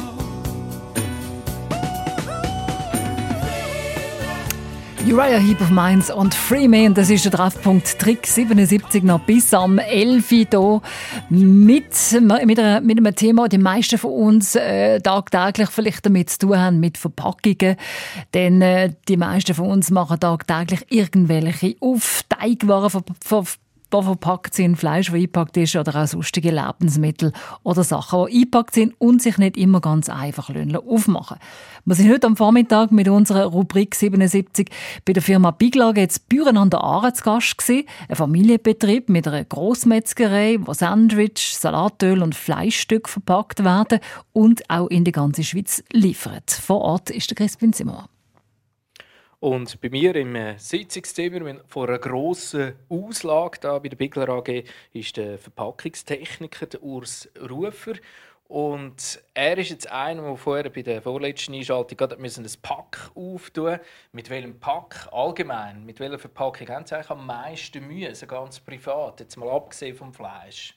Uriah Heep of Minds und Free Me. Und das ist der Treffpunkt Trick 77 noch bis am 11 Uhr hier mit einem Thema, die meisten von uns tagtäglich vielleicht damit zu tun haben, mit Verpackungen. Denn die meisten von uns machen tagtäglich irgendwelche Teigwaren die verpackt sind, Fleisch, das eingepackt ist, oder auch sonstige Lebensmittel oder Sachen, die eingepackt sind und sich nicht immer ganz einfach aufmachen lassen. Wir sind heute am Vormittag mit unserer Rubrik 77 bei der Firma Biglag jetzt Büren an der Aare zu Gast gewesen. Ein Familienbetrieb mit einer Grossmetzgerei, wo Sandwich, Salatöl und Fleischstücke verpackt werden und auch in die ganze Schweiz liefert. Vor Ort ist der Crispin Zimmermann. Und bei mir im Sitzungszimmer vor einer grossen Auslage da bei der Bigler AG ist der Verpackungstechniker, der Urs Rufer. Und er ist jetzt einer, der vorher bei der vorletzten Einschaltung gerade ein Pack auftun musste. Mit welchem Pack allgemein, mit welcher Verpackung haben Sie eigentlich am meisten Mühe, also ganz privat, jetzt mal abgesehen vom Fleisch?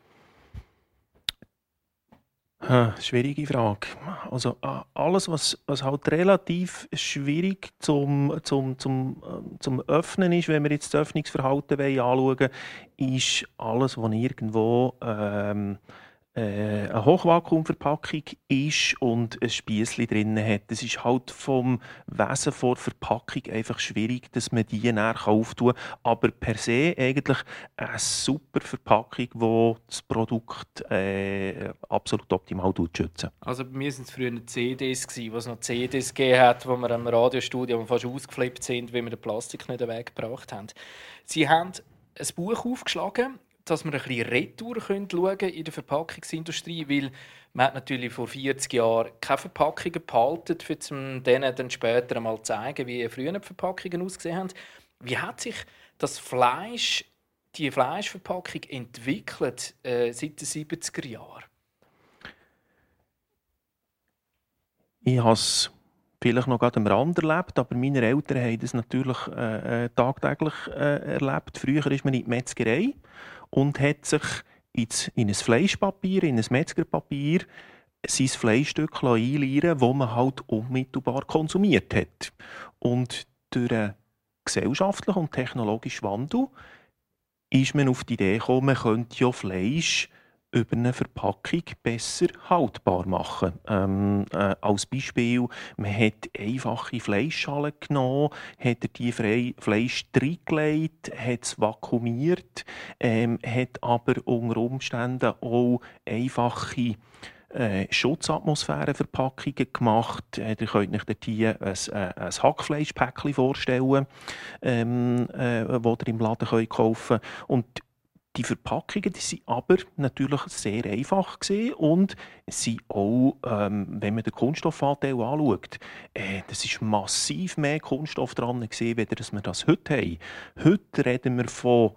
Schwierige Frage. Also alles, was halt relativ schwierig zum Öffnen ist, wenn wir jetzt das Öffnungsverhalten anschauen wollen, ist alles, was irgendwo eine Hochvakuumverpackung ist und ein Spiessli drin hat. Das ist halt vom Wesen der Verpackung einfach schwierig, dass man die näher auftun kann. Aber per se eigentlich eine super Verpackung, die das Produkt absolut optimal schützt. Also bei mir waren es früher CDs, wo es noch CDs gegeben hat, wo wir im Radiostudio fast ausgeflippt sind, weil wir den Plastik nicht weggebracht haben. Sie haben ein Buch aufgeschlagen, dass wir ein bisschen Retour schauen können in der Verpackungsindustrie, weil man hat natürlich vor 40 Jahren keine Verpackungen behalten, um denen dann später einmal zu zeigen, wie früher die Verpackungen ausgesehen haben. Wie hat sich das Fleisch, die Fleischverpackung entwickelt seit den 70er Jahren? Ich habe es vielleicht noch gerade am Rand erlebt, aber meine Eltern haben das natürlich tagtäglich erlebt. Früher ist man in die Metzgerei und hat sich in ein Fleischpapier, in ein Metzgerpapier, sein Fleischstück einleiern, das man halt unmittelbar konsumiert hat. Und durch einen gesellschaftlichen und technologischen Wandel ist man auf die Idee gekommen, man könnte ja Fleisch über eine Verpackung besser haltbar machen. Als Beispiel, man hat einfache Fleischschalen genommen, hat die Fleisch reingelegt, hat es vakuumiert, hat aber unter Umständen auch einfache Schutzatmosphärenverpackungen gemacht. Ihr könnt euch dort hier ein Hackfleischpäckchen vorstellen, das ihr im Laden kaufen könnt. Und die Verpackungen waren aber natürlich sehr einfach und sind auch, wenn man den Kunststoffanteil anschaut, das ist massiv mehr Kunststoff dran gewesen, als wir das heute haben. Heute reden wir von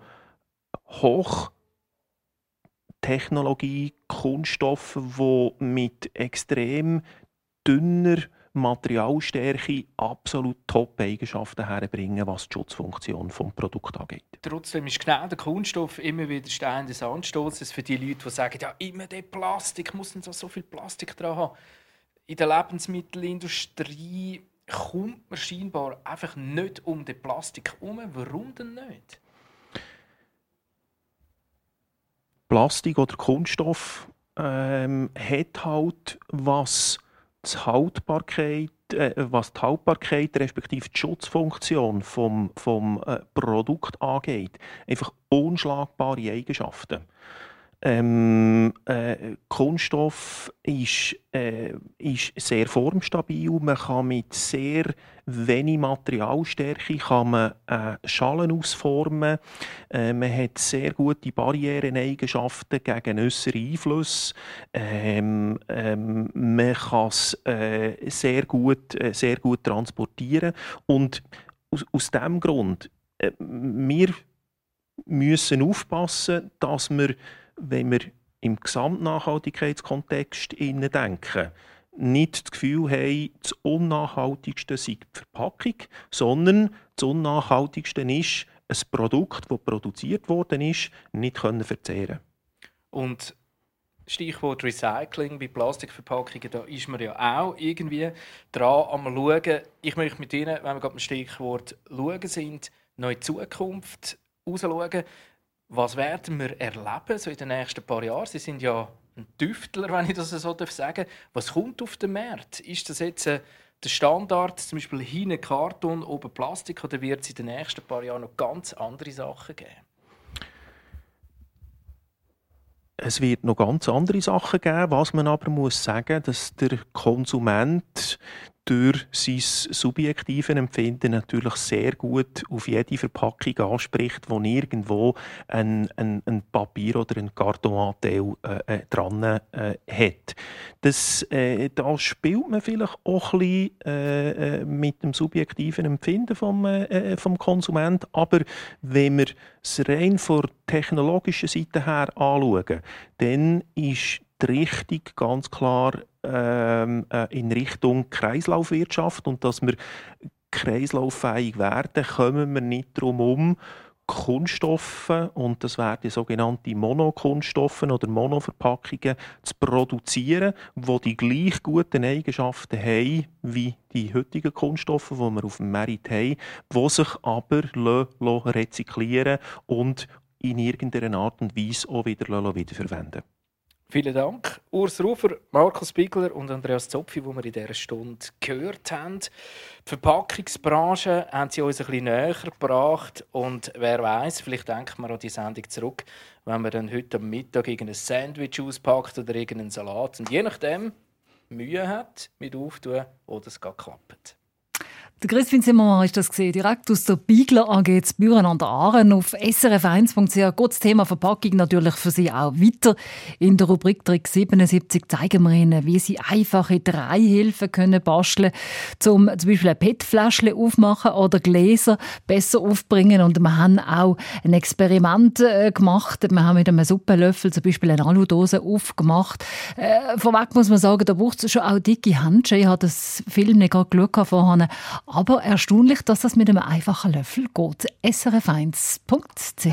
Hochtechnologie, Kunststoffen, die mit extrem dünner Materialstärke absolut Top-Eigenschaften herbringen, was die Schutzfunktion des Produkts angeht. Trotzdem ist genau der Kunststoff immer wieder Stein des Anstoßes für die Leute, die sagen, ja, immer der Plastik, muss denn so viel Plastik dran haben. In der Lebensmittelindustrie kommt man scheinbar einfach nicht um den Plastik herum. Warum denn nicht? Plastik oder Kunststoff hat halt, was die Haltbarkeit respektive die Schutzfunktion vom Produkt angeht, einfach unschlagbare Eigenschaften. Kunststoff ist sehr formstabil. Man kann mit sehr wenig Materialstärke Schalen ausformen. Man hat sehr gute Barriereneigenschaften gegen äußere Einflüsse. Man kann es sehr gut transportieren. Und aus diesem Grund, wir müssen aufpassen, dass wir, wenn wir im Gesamtnachhaltigkeitskontext denken, nicht das Gefühl haben, das Unnachhaltigste sei die Verpackung, sondern das Unnachhaltigste ist ein Produkt, das produziert worden ist, nicht verzehren. Und Stichwort Recycling bei Plastikverpackungen, da ist man ja auch irgendwie dran am Schauen. Ich möchte mit Ihnen, wenn wir gerade beim Stichwort Schauen sind, noch in die Zukunft rausschauen. Was werden wir erleben so in den nächsten paar Jahren? Sie sind ja ein Tüftler, wenn ich das so sagen darf. Was kommt auf den Markt? Ist das jetzt der Standard, zum Beispiel hinten Karton, oben Plastik, oder wird es in den nächsten paar Jahren noch ganz andere Sachen geben? Es wird noch ganz andere Sachen geben, was man aber muss sagen, dass der Konsument durch sein subjektives Empfinden natürlich sehr gut auf jede Verpackung anspricht, wo irgendwo ein Papier oder ein Kartonanteil dran hat. Da spielt man vielleicht auch ein bisschen mit dem subjektiven Empfinden vom Konsument. Aber wenn wir es rein von der technologischen Seite her anschauen, dann ist die Richtung ganz klar in Richtung Kreislaufwirtschaft. Und dass wir kreislauffähig werden, kommen wir nicht darum herum, Kunststoffe, und das werden sogenannte Monokunststoffe oder Monoverpackungen, zu produzieren, die gleich guten Eigenschaften haben wie die heutigen Kunststoffe, die wir auf dem Markt haben, die sich aber rezyklieren und in irgendeiner Art und Weise auch wieder wiederverwenden. Vielen Dank. Urs Rufer, Markus Bigler und Andreas Zopfi, die wir in dieser Stunde gehört haben. Die Verpackungsbranche haben sie uns ein bisschen näher gebracht. Und wer weiß, vielleicht denken wir an die Sendung zurück, wenn man dann heute am Mittag irgendein Sandwich auspackt oder irgendeinen Salat. Und je nachdem Mühe hat mit Auftun oder es gar klappt. Der Christoph Zimmermann ist das gesehen, direkt aus der Bigler AG zu Büren an der Aaren. Auf srf1.ch geht das Thema Verpackung natürlich für Sie auch weiter. In der Rubrik Trick 77 zeigen wir Ihnen, wie Sie einfache 3 Hilfen können basteln können, um zum Beispiel ein PET-Fläschchen aufmachen oder Gläser besser aufbringen. Und wir haben auch ein Experiment gemacht. Wir haben mit einem Suppenlöffel zum Beispiel eine Aludose aufgemacht. Vorweg muss man sagen, da braucht es schon auch dicke Handschuhe. Ich habe das Film nicht gerade geschaut vorhin. Aber erstaunlich, dass das mit einem einfachen Löffel geht. srf1.ch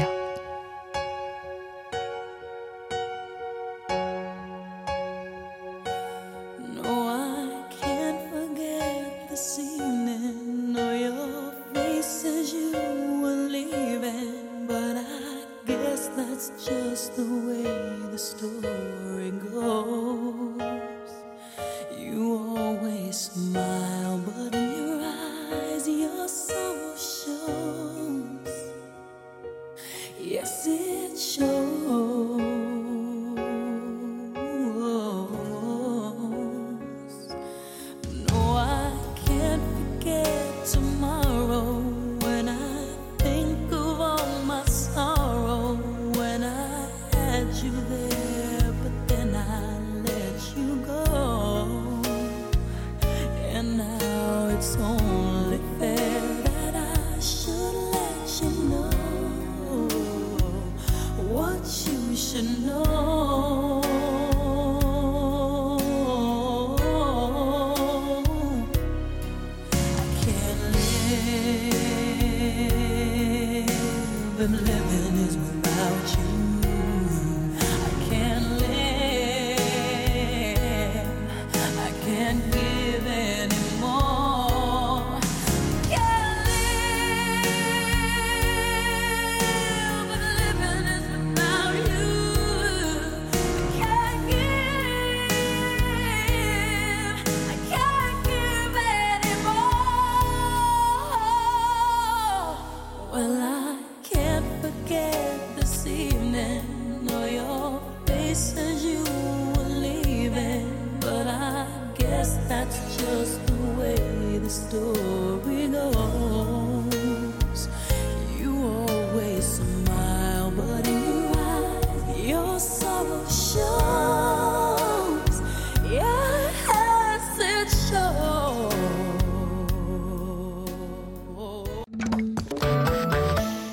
Well, I can't forget this evening.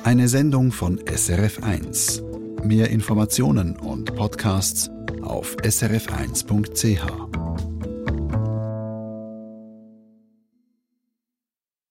Eine Sendung von SRF1. Mehr Informationen und Podcasts auf srf1.ch.